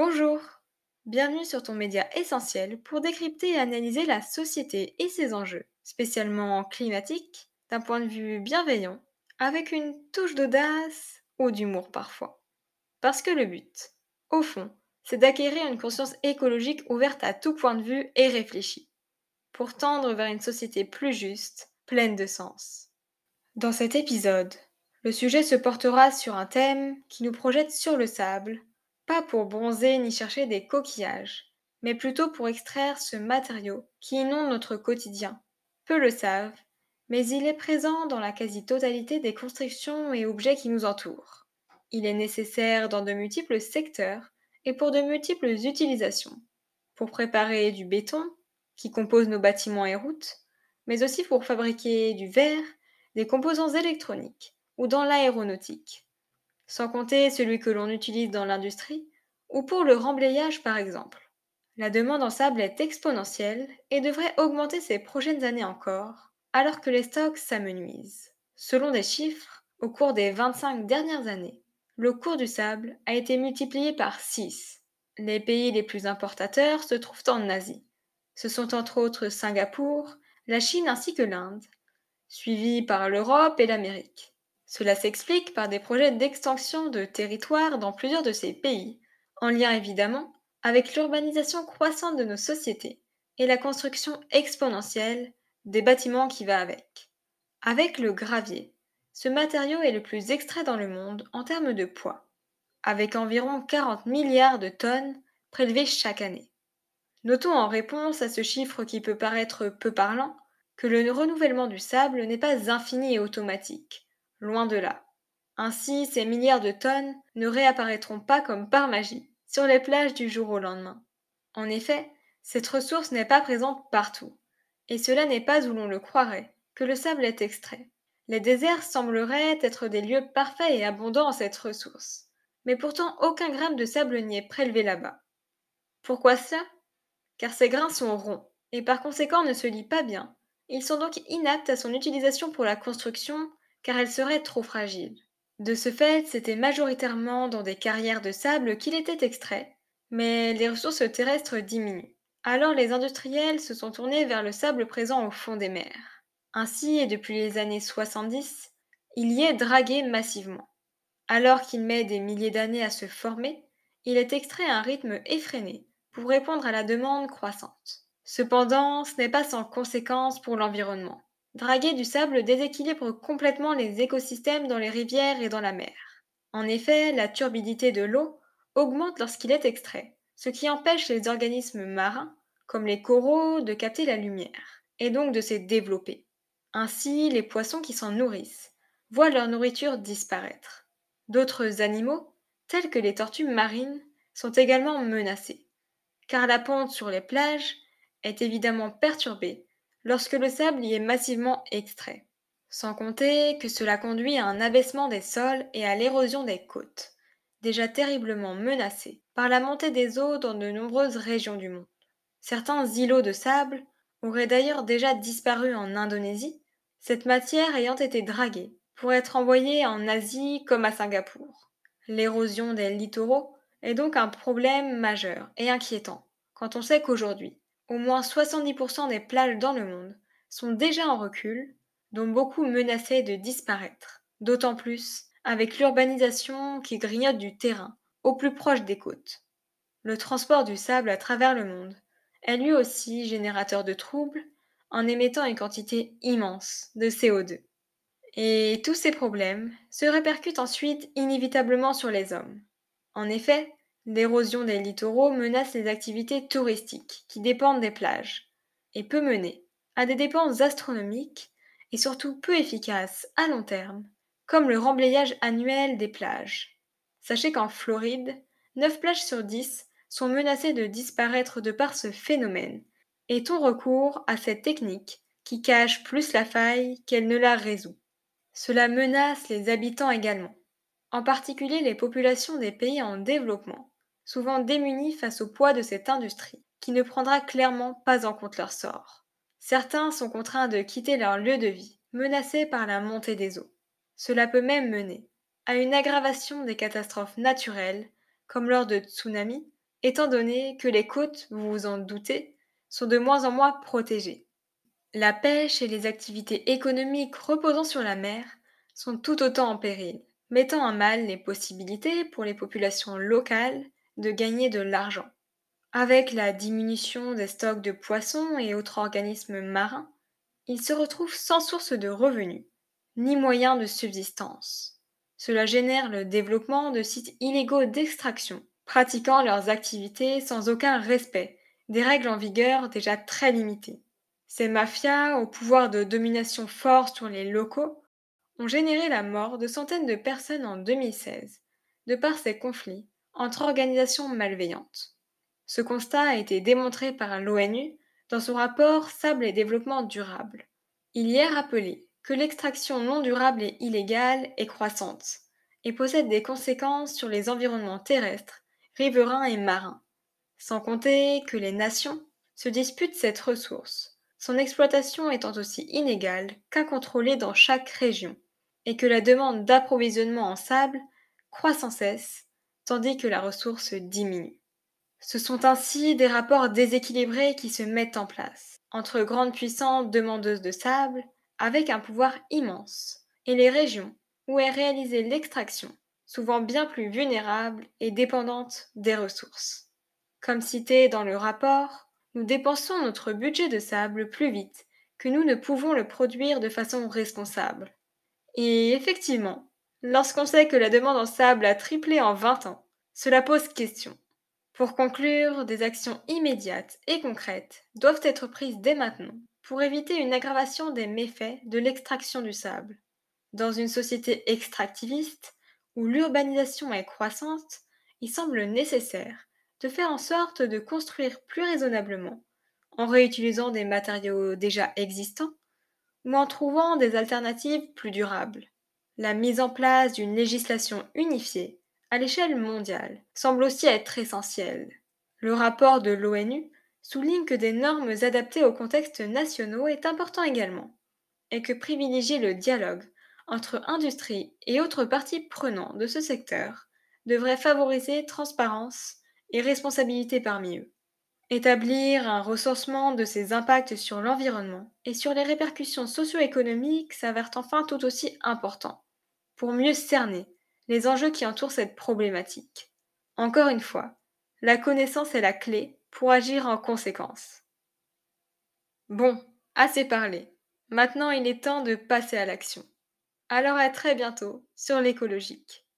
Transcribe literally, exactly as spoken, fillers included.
Bonjour, bienvenue sur ton média essentiel pour décrypter et analyser la société et ses enjeux, spécialement climatiques, d'un point de vue bienveillant, avec une touche d'audace ou d'humour parfois. Parce que le but, au fond, c'est d'acquérir une conscience écologique ouverte à tout point de vue et réfléchie, pour tendre vers une société plus juste, pleine de sens. Dans cet épisode, le sujet se portera sur un thème qui nous projette sur le sable, pas pour bronzer ni chercher des coquillages, mais plutôt pour extraire ce matériau qui inonde notre quotidien. Peu le savent, mais il est présent dans la quasi-totalité des constructions et objets qui nous entourent. Il est nécessaire dans de multiples secteurs et pour de multiples utilisations. Pour préparer du béton, qui compose nos bâtiments et routes, mais aussi pour fabriquer du verre, des composants électroniques ou dans l'aéronautique, sans compter celui que l'on utilise dans l'industrie ou pour le remblayage par exemple. La demande en sable est exponentielle et devrait augmenter ces prochaines années encore, alors que les stocks s'amenuisent. Selon des chiffres, au cours des vingt-cinq dernières années, le cours du sable a été multiplié par six. Les pays les plus importateurs se trouvent en Asie. Ce sont entre autres Singapour, la Chine ainsi que l'Inde, suivis par l'Europe et l'Amérique. Cela s'explique par des projets d'extension de territoire dans plusieurs de ces pays, en lien évidemment avec l'urbanisation croissante de nos sociétés et la construction exponentielle des bâtiments qui va avec. Avec le gravier, ce matériau est le plus extrait dans le monde en termes de poids, avec environ quarante milliards de tonnes prélevées chaque année. Notons en réponse à ce chiffre qui peut paraître peu parlant que le renouvellement du sable n'est pas infini et automatique, loin de là. Ainsi, ces milliards de tonnes ne réapparaîtront pas comme par magie sur les plages du jour au lendemain. En effet, cette ressource n'est pas présente partout, et cela n'est pas où l'on le croirait que le sable est extrait. Les déserts sembleraient être des lieux parfaits et abondants en cette ressource, mais pourtant aucun gramme de sable n'y est prélevé là-bas. Pourquoi cela? Car ces grains sont ronds, et par conséquent ne se lient pas bien. Ils sont donc inaptes à son utilisation pour la construction, car elle serait trop fragile. De ce fait, c'était majoritairement dans des carrières de sable qu'il était extrait, mais les ressources terrestres diminuent. Alors les industriels se sont tournés vers le sable présent au fond des mers. Ainsi, et depuis les années soixante-dix, il y est dragué massivement. Alors qu'il met des milliers d'années à se former, il est extrait à un rythme effréné pour répondre à la demande croissante. Cependant, ce n'est pas sans conséquence pour l'environnement. Draguer du sable déséquilibre complètement les écosystèmes dans les rivières et dans la mer. En effet, la turbidité de l'eau augmente lorsqu'il est extrait, ce qui empêche les organismes marins, comme les coraux, de capter la lumière, et donc de se développer. Ainsi, les poissons qui s'en nourrissent voient leur nourriture disparaître. D'autres animaux, tels que les tortues marines, sont également menacés, car la pente sur les plages est évidemment perturbée lorsque le sable y est massivement extrait. Sans compter que cela conduit à un abaissement des sols et à l'érosion des côtes, déjà terriblement menacées par la montée des eaux dans de nombreuses régions du monde. Certains îlots de sable auraient d'ailleurs déjà disparu en Indonésie, cette matière ayant été draguée pour être envoyée en Asie comme à Singapour. L'érosion des littoraux est donc un problème majeur et inquiétant, quand on sait qu'aujourd'hui, au moins soixante-dix pour cent des plages dans le monde sont déjà en recul, dont beaucoup menaçaient de disparaître, d'autant plus avec l'urbanisation qui grignote du terrain au plus proche des côtes. Le transport du sable à travers le monde est lui aussi générateur de troubles en émettant une quantité immense de C O deux. Et tous ces problèmes se répercutent ensuite inévitablement sur les hommes. En effet, l'érosion des littoraux menace les activités touristiques qui dépendent des plages et peut mener à des dépenses astronomiques et surtout peu efficaces à long terme, comme le remblayage annuel des plages. Sachez qu'en Floride, neuf plages sur dix sont menacées de disparaître de par ce phénomène, et on recourt à cette technique qui cache plus la faille qu'elle ne la résout. Cela menace les habitants également, en particulier les populations des pays en développement, souvent démunies face au poids de cette industrie, qui ne prendra clairement pas en compte leur sort. Certains sont contraints de quitter leur lieu de vie, menacés par la montée des eaux. Cela peut même mener à une aggravation des catastrophes naturelles, comme lors de tsunamis étant donné que les côtes, vous vous en doutez, sont de moins en moins protégées. La pêche et les activités économiques reposant sur la mer sont tout autant en péril, mettant à mal les possibilités pour les populations locales de gagner de l'argent. Avec la diminution des stocks de poissons et autres organismes marins, ils se retrouvent sans source de revenus, ni moyen de subsistance. Cela génère le développement de sites illégaux d'extraction, pratiquant leurs activités sans aucun respect des règles en vigueur déjà très limitées. Ces mafias, au pouvoir de domination fort sur les locaux, ont généré la mort de centaines de personnes en deux mille seize, de par ces conflits entre organisations malveillantes. Ce constat a été démontré par l'ONU dans son rapport Sable et développement durable. Il y est rappelé que l'extraction non durable et illégale est croissante et possède des conséquences sur les environnements terrestres, riverains et marins, sans compter que les nations se disputent cette ressource, son exploitation étant aussi inégale qu'incontrôlée dans chaque région, et que la demande d'approvisionnement en sable croît sans cesse, tandis que la ressource diminue. Ce sont ainsi des rapports déséquilibrés qui se mettent en place entre grandes puissances demandeuses de sable, avec un pouvoir immense, et les régions où est réalisée l'extraction, souvent bien plus vulnérables et dépendantes des ressources. Comme cité dans le rapport, nous dépensons notre budget de sable plus vite que nous ne pouvons le produire de façon responsable. Et effectivement, lorsqu'on sait que la demande en sable a triplé en vingt ans, cela pose question. Pour conclure, des actions immédiates et concrètes doivent être prises dès maintenant pour éviter une aggravation des méfaits de l'extraction du sable. Dans une société extractiviste, où l'urbanisation est croissante, il semble nécessaire de faire en sorte de construire plus raisonnablement, en réutilisant des matériaux déjà existants ou en trouvant des alternatives plus durables. La mise en place d'une législation unifiée à l'échelle mondiale semble aussi être essentielle. Le rapport de l'ONU souligne que des normes adaptées aux contextes nationaux est important également, et que privilégier le dialogue entre industrie et autres parties prenantes de ce secteur devrait favoriser transparence et responsabilité parmi eux. Établir un recensement de ces impacts sur l'environnement et sur les répercussions socio-économiques s'avère enfin tout aussi important pour mieux cerner les enjeux qui entourent cette problématique. Encore une fois, la connaissance est la clé pour agir en conséquence. Bon, assez parlé. Maintenant, il est temps de passer à l'action. Alors à très bientôt sur l'écologique.